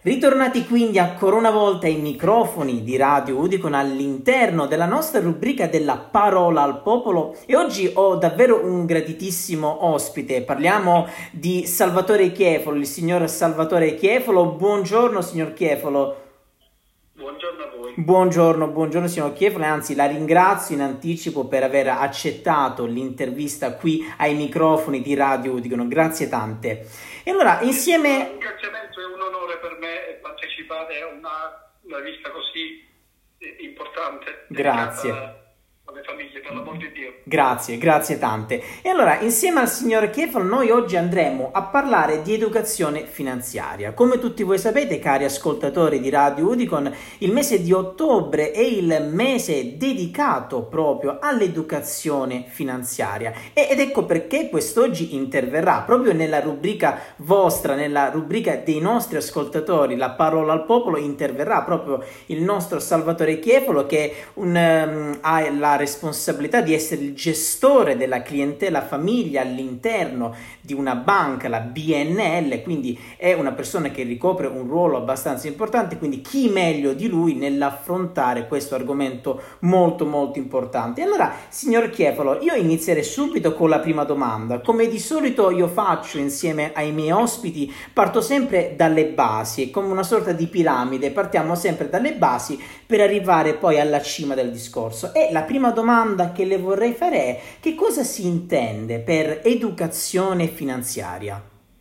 Ritornati quindi ancora una volta ai microfoni di Radio Udicon all'interno della nostra rubrica della Parola al Popolo, e oggi ho davvero un graditissimo ospite. Parliamo di Salvatore Chiefolo, il signor Salvatore Chiefolo. Buongiorno signor Chiefolo. Buongiorno a voi. Buongiorno signor Chiefolo, anzi la ringrazio in anticipo per aver accettato l'intervista qui ai microfoni di Radio Udicon. Grazie tante. E allora insieme... Un ringraziamento, è un onore per me partecipare a una rivista così importante. Grazie. Alle famiglie, per l'amor di Dio. Grazie tante. E allora, insieme al signor Chiefolo, noi oggi andremo a parlare di educazione finanziaria. Come tutti voi sapete, cari ascoltatori di Radio Udicon, il mese di ottobre è il mese dedicato proprio all'educazione finanziaria. Ed ecco perché quest'oggi interverrà proprio nella rubrica vostra, nella rubrica dei nostri ascoltatori, la Parola al Popolo, interverrà proprio il nostro Salvatore Chiefolo, che ha la responsabilità di essere il gestore della clientela famiglia all'interno di una banca, la BNL, quindi è una persona che ricopre un ruolo abbastanza importante, quindi chi meglio di lui nell'affrontare questo argomento molto importante. Allora, signor Chiefolo, io inizierei subito con la prima domanda. Come di solito io faccio insieme ai miei ospiti, parto sempre dalle basi, come una sorta di piramide, partiamo sempre dalle basi per arrivare poi alla cima del discorso. E la prima domanda che le vorrei fare è: che cosa si intende per educazione finanziaria?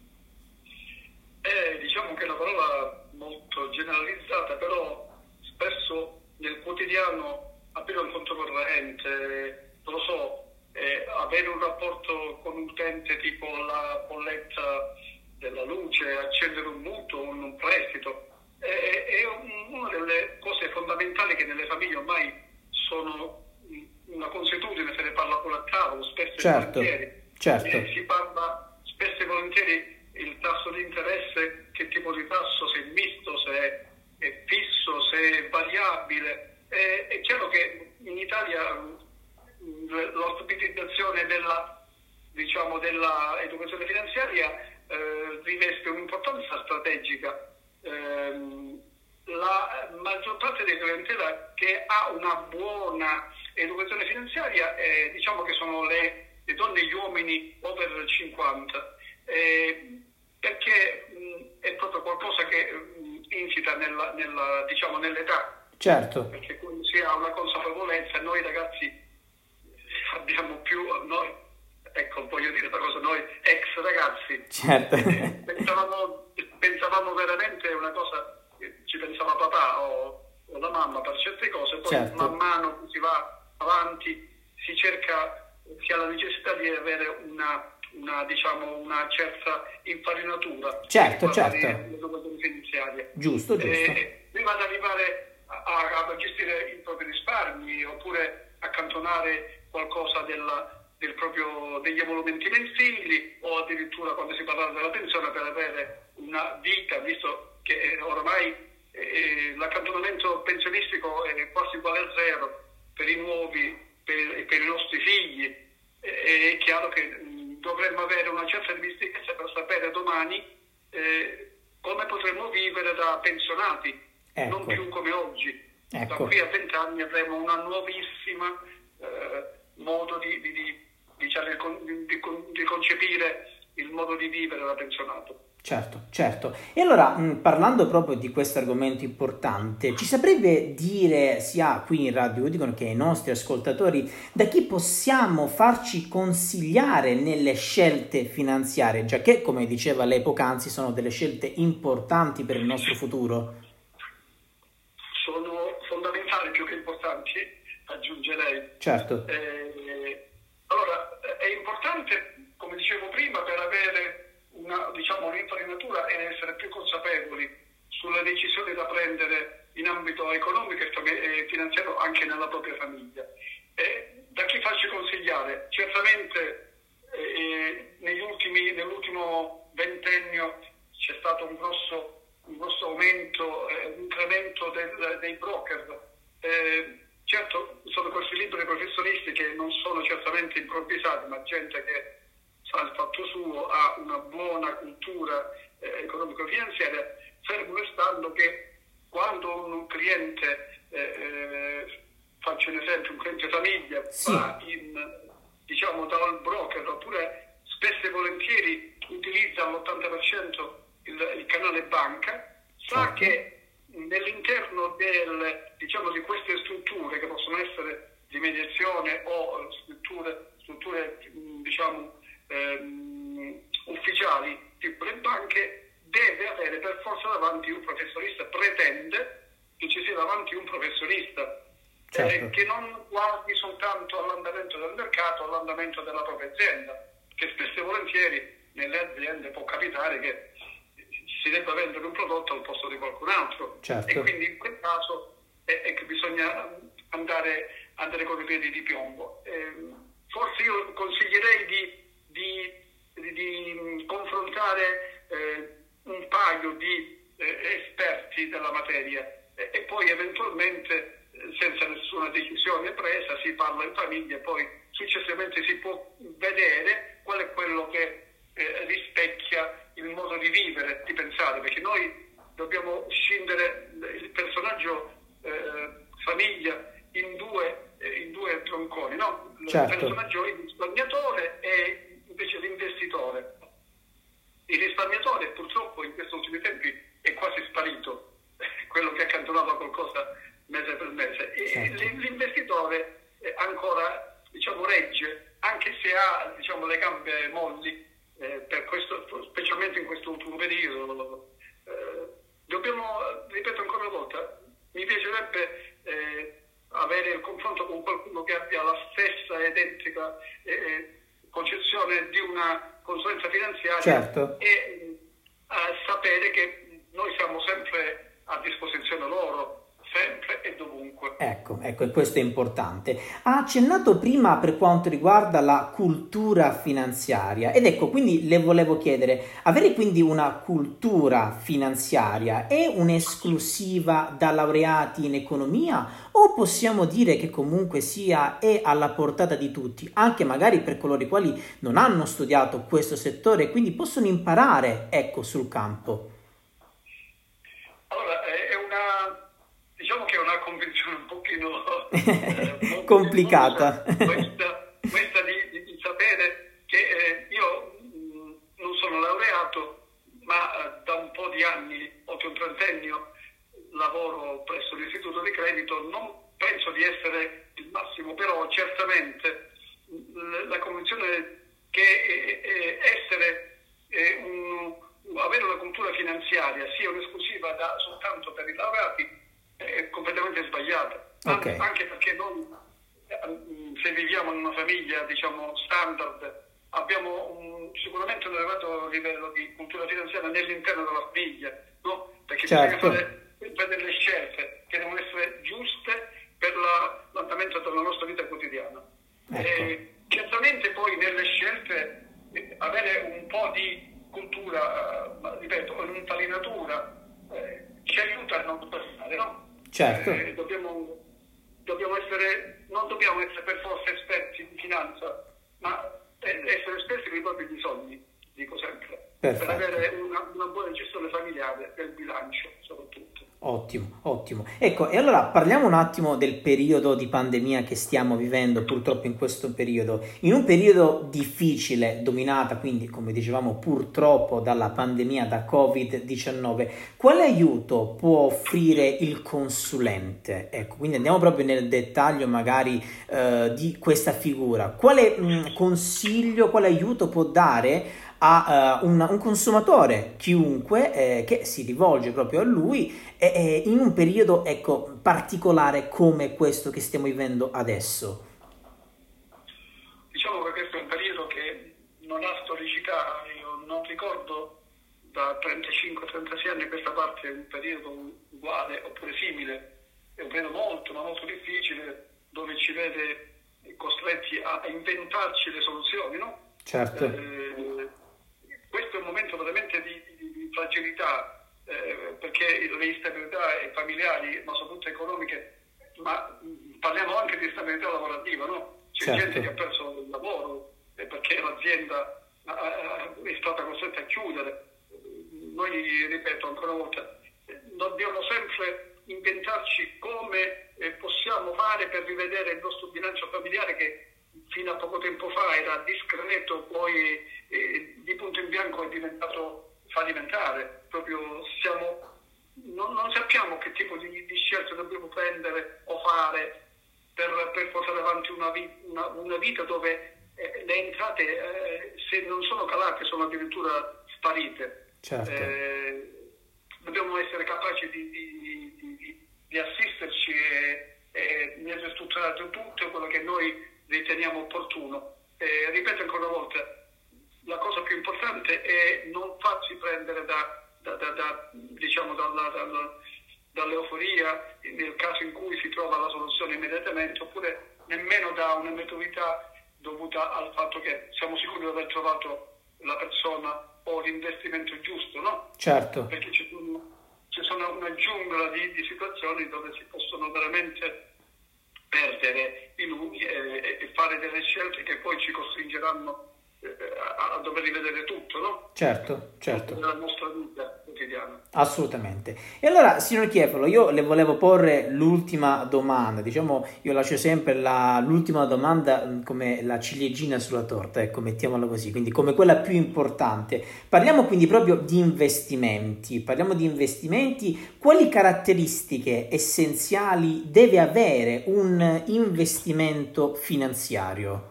Diciamo che è una parola molto generalizzata, però spesso nel quotidiano aprire un conto corrente, non lo so, avere un rapporto con un utente tipo la bolletta della luce, accendere un mutuo, un prestito, è una delle cose fondamentali che nelle famiglie ormai sono una consuetudine. Se ne parla pure a tavolo, spesso e volentieri. Certo. Si parla spesso e volentieri il tasso di interesse, che tipo di tasso, se è misto, se è fisso, se è variabile. È chiaro che in Italia l'alfabetizzazione della educazione finanziaria riveste un'importanza strategica. La maggior parte della clientela che ha una buona educazione finanziaria diciamo che sono le donne e gli uomini over 50, perché è proprio qualcosa che insita nell'età. Certo. Perché quando si ha una consapevolezza, noi ragazzi abbiamo più, noi, ecco, voglio dire una cosa, noi ex ragazzi, certo. pensavamo veramente una cosa, ci pensava papà o la mamma per certe cose, poi certo. man mano si va avanti, si ha la necessità di avere una certa infarinatura. Certo. L'educazione finanziaria. Giusto. Prima di arrivare a gestire i propri risparmi, oppure accantonare qualcosa degli emolumenti mensili, o addirittura quando si parla della pensione per avere una vita, visto che ormai l'accantonamento pensionistico è quasi uguale a zero per i nuovi, per i nostri figli. È chiaro che dovremmo avere una certa dimestichezza per sapere domani come potremmo vivere da pensionati, ecco. non più come oggi. Ecco. Da qui a 20 anni avremo una nuovissima modo di concepire il modo di vivere da pensionato. Certo. E allora, parlando proprio di questo argomento importante, ci saprebbe dire, sia qui in Radio Udicon che ai nostri ascoltatori, da chi possiamo farci consigliare nelle scelte finanziarie, già che, come diceva lei poc'anzi, sono delle scelte importanti per il nostro futuro? Sono fondamentali, più che importanti, aggiungerei. Certo. Allora, è importante, come dicevo prima, per avere un'infarinatura e essere più consapevoli sulle decisioni da prendere in ambito economico e finanziario anche nella propria famiglia. Da chi farci consigliare? Certamente nell'ultimo ventennio c'è stato un grosso aumento, un incremento dei broker. Certo, sono questi liberi professionisti che non sono certamente improvvisati, ma gente che sa il fatto suo, ha una buona cultura economico-finanziaria, fermo restando Sì. va diciamo dal broker, oppure spesso e volentieri utilizza all'80% il canale banca, sa Certo. che nell'interno diciamo, di queste strutture, che possono essere di mediazione o strutture diciamo ufficiali tipo le banche, deve avere per forza davanti un professionista, pretende che ci sia davanti un professionista, Certo. che non guardi soltanto all'andamento del mercato, all'andamento della propria azienda, che spesso e volentieri nelle aziende può capitare che si debba vendere un prodotto al posto di qualcun altro. Certo. E quindi in quel caso è che bisogna andare con i piedi di piombo. Forse io consiglierei di confrontare un paio di esperti della materia e poi eventualmente, senza nessuna decisione presa, si parla in famiglia e poi successivamente si può vedere qual è quello che rispecchia il modo di vivere, di pensare, perché noi dobbiamo scindere il personaggio famiglia in due tronconi, no? Certo. Il personaggio il risparmiatore e invece l'investitore. Il risparmiatore purtroppo in questi ultimi tempi è quasi sparito, quello che accantonava qualcosa mese per mese. Certo. L'investitore ancora diciamo regge, anche se ha diciamo le gambe molli, per questo, specialmente in questo ultimo periodo. Dobbiamo, ripeto ancora una volta, mi piacerebbe avere il confronto con qualcuno che abbia la stessa identica concezione di una consulenza finanziaria. Certo. E sapere che noi siamo sempre a disposizione loro, sempre e dovunque. Ecco, e questo è importante. Ha accennato prima per quanto riguarda la cultura finanziaria ed ecco, quindi le volevo chiedere, avere quindi una cultura finanziaria è un'esclusiva da laureati in economia o possiamo dire che comunque è alla portata di tutti, anche magari per coloro i quali non hanno studiato questo settore e quindi possono imparare, ecco, sul campo? Allora, diciamo che è una convinzione un pochino complicata. Questa di sapere che io non sono laureato, ma da un po' di anni, oltre un trentennio, lavoro presso l'istituto di credito. Non penso di essere il massimo, però certamente la convinzione che avere una cultura finanziaria sia un'esclusiva soltanto per i laureati è completamente sbagliata. Okay. Anche perché noi, se viviamo in una famiglia diciamo standard, abbiamo sicuramente un elevato livello di cultura finanziaria nell'interno della famiglia, no? Perché Certo. bisogna fare delle scelte che devono essere giuste per l'andamento della nostra vita quotidiana. Ecco. Certamente poi nelle scelte avere un po' di cultura, ripeto, un'infarinatura ci aiuta a non passare, no? Certo. Non dobbiamo essere per forza esperti di finanza, ma essere esperti dei propri bisogni, dico sempre, Perfetto. per avere una buona gestione familiare del bilancio soprattutto. Ottimo, ottimo. Ecco, e allora parliamo un attimo del periodo di pandemia che stiamo vivendo purtroppo in questo periodo. In un periodo difficile, dominata quindi, come dicevamo, purtroppo dalla pandemia da Covid-19, quale aiuto può offrire il consulente? Ecco, quindi andiamo proprio nel dettaglio magari di questa figura. Quale consiglio, quale aiuto può dare a un consumatore, chiunque, che si rivolge proprio a lui in un periodo particolare come questo che stiamo vivendo adesso? Diciamo che questo è un periodo che non ha storicità. Io non ricordo da 35-36 anni a questa parte un periodo uguale oppure simile. È un periodo molto ma molto difficile, dove ci vede costretti a inventarci le soluzioni, no? Certo. Questo è un momento veramente di fragilità, perché le instabilità familiari, ma soprattutto economiche, ma parliamo anche di stabilità lavorativa, no? C'è Certo. gente che ha perso il lavoro perché l'azienda è stata costretta a chiudere. Noi, ripeto ancora una volta, dobbiamo sempre inventarci come possiamo fare per rivedere il nostro bilancio familiare familiare che fino a poco tempo fa era discreto, poi di punto in bianco è diventato fallimentare. Proprio non sappiamo che tipo di scelte dobbiamo prendere o fare per portare avanti una vita dove le entrate, se non sono calate, sono addirittura sparite. Certo. Dobbiamo essere capaci di assisterci e di ristrutturare tutto quello che noi riteniamo opportuno. Ripeto ancora una volta, la cosa più importante è non farsi prendere dall'euforia nel caso in cui si trova la soluzione immediatamente, oppure nemmeno da una metodità dovuta al fatto che siamo sicuri di aver trovato la persona o l'investimento giusto, no? Certo. Perché ci sono una giungla di situazioni dove si possono veramente perdere i lunghi e fare delle scelte che poi ci costringeranno a dover rivedere tutto, no? Certo. Nella nostra vita quotidiana. Assolutamente. E allora, signor Chiefalo, io le volevo porre l'ultima domanda. Diciamo, io lascio sempre l'ultima domanda come la ciliegina sulla torta, ecco, mettiamola così, quindi come quella più importante. Parliamo quindi proprio di investimenti. Quali caratteristiche essenziali deve avere un investimento finanziario?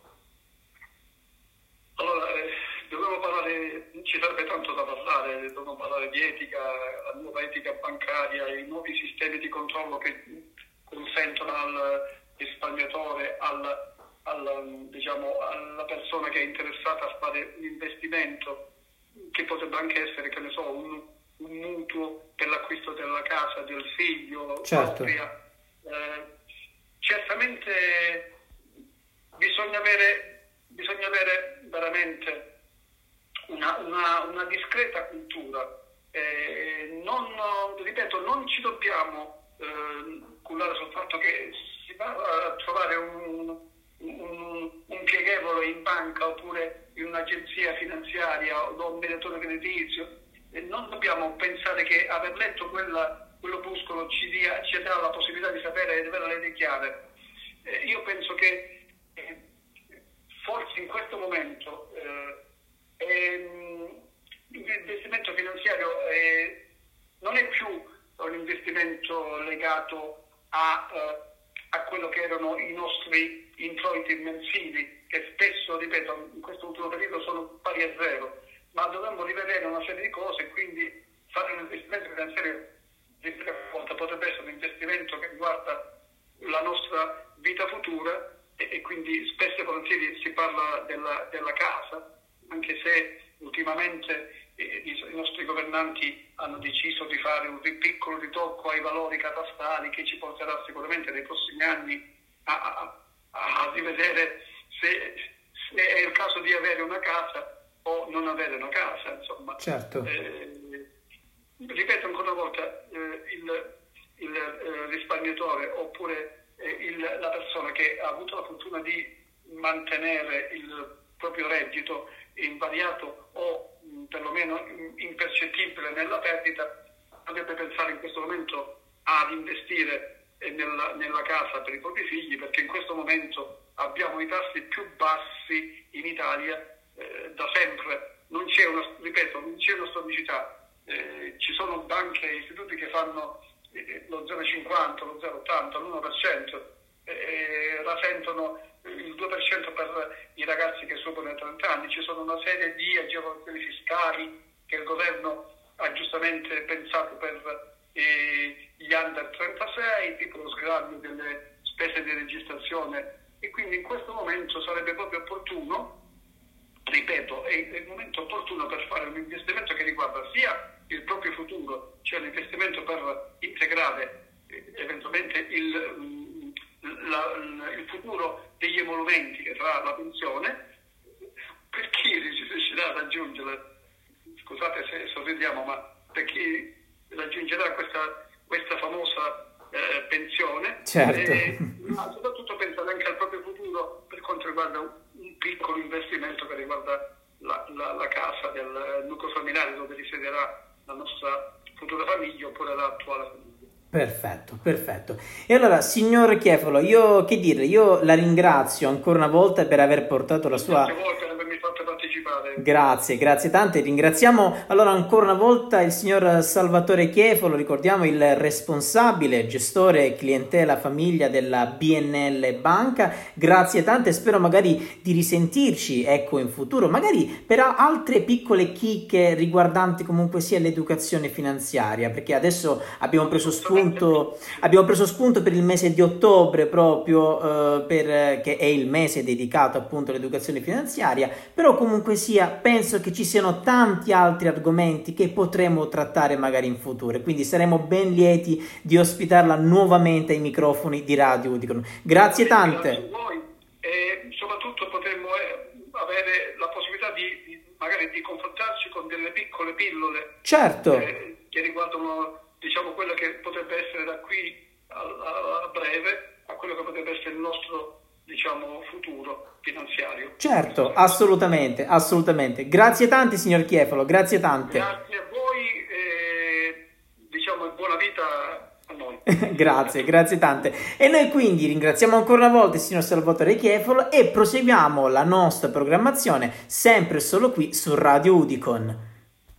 Allora, ci sarebbe tanto da parlare, dobbiamo parlare di etica, la nuova etica bancaria, i nuovi sistemi di controllo che consentono al risparmiatore, alla persona che è interessata a fare un investimento, che potrebbe anche essere, che ne so, un mutuo per l'acquisto della casa, del figlio, Certo. propria. Certamente bisogna avere veramente una discreta cultura. Ripeto, non ci dobbiamo cullare sul fatto che si va a trovare un pieghevole in banca oppure in un'agenzia finanziaria o un mediatore creditizio. Non dobbiamo pensare che aver letto quell'opuscolo ci dà la possibilità di sapere e di avere le idee chiare. Io penso che forse in questo momento l'investimento finanziario non è più un investimento legato a quello che erano i nostri introiti mensili, che spesso, ripeto, in questo ultimo periodo sono pari a zero, ma dovremmo rivedere una serie di cose e quindi fare un investimento finanziario di volta potrebbe essere un investimento che riguarda la nostra vita futura e quindi spesso e volentieri si parla della casa, anche se ultimamente i nostri governanti hanno deciso di fare un piccolo ritocco ai valori catastali che ci porterà sicuramente nei prossimi anni a rivedere se è il caso di avere una casa o non avere una casa, insomma. Certo. Ripeto ancora una volta, il risparmiatore oppure la persona che ha avuto la fortuna di mantenere il proprio reddito invariato o perlomeno impercettibile nella perdita, dovrebbe pensare in questo momento ad investire nella casa per i propri figli, perché in questo momento abbiamo i tassi più bassi in Italia da sempre. Non c'è una storicità. Ci sono banche e istituti che fanno lo 0,50, lo 0,80, l'1%, rasentono il 2% per i ragazzi che superano i 30 anni. Ci sono una serie di agevolazioni fiscali che il governo ha giustamente pensato per gli under 36, tipo lo sgravio delle spese di registrazione, e quindi in questo momento sarebbe proprio opportuno, ripeto, è il momento opportuno per fare un investimento che riguarda sia il proprio futuro, cioè l'investimento per integrare eventualmente il futuro degli emolumenti che sarà la pensione, per chi riuscirà a raggiungere, scusate se sorridiamo, ma per chi raggiungerà questa famosa pensione, certo. Ma soprattutto pensare anche al proprio futuro per quanto riguarda un piccolo investimento che riguarda la casa del nucleo familiare dove risiederà la nostra futura famiglia oppure l'attuale famiglia. Perfetto, perfetto. E allora, signor Chiefalo, io che dire, io la ringrazio ancora una volta per aver portato la sua. Grazie a voi per avermi fatto partecipare. Grazie, grazie tante. Ringraziamo allora ancora una volta il signor Salvatore Chiefalo, ricordiamo il responsabile, gestore clientela famiglia della BNL Banca. Grazie tante, spero magari di risentirci, ecco, in futuro, magari per altre piccole chicche riguardanti comunque sia l'educazione finanziaria, perché adesso abbiamo preso spunto per il mese di ottobre proprio, che è il mese dedicato appunto all'educazione finanziaria, però comunque sia penso che ci siano tanti altri argomenti che potremo trattare magari in futuro, quindi saremo ben lieti di ospitarla nuovamente ai microfoni di Radio Udicon. Grazie tante. Grazie a voi e soprattutto potremmo avere la possibilità magari di confrontarci con delle piccole pillole Certo. Che riguardano, diciamo, quello che potrebbe essere da qui a breve a quello che potrebbe essere il nostro, diciamo, futuro finanziario. Certo, assolutamente, assolutamente. Grazie tante, signor Chiefalo, grazie tante. Grazie a voi e, diciamo, buona vita a noi. Grazie, grazie tante. E noi quindi ringraziamo ancora una volta il signor Salvatore Chiefalo e proseguiamo la nostra programmazione sempre solo qui su Radio Udicon.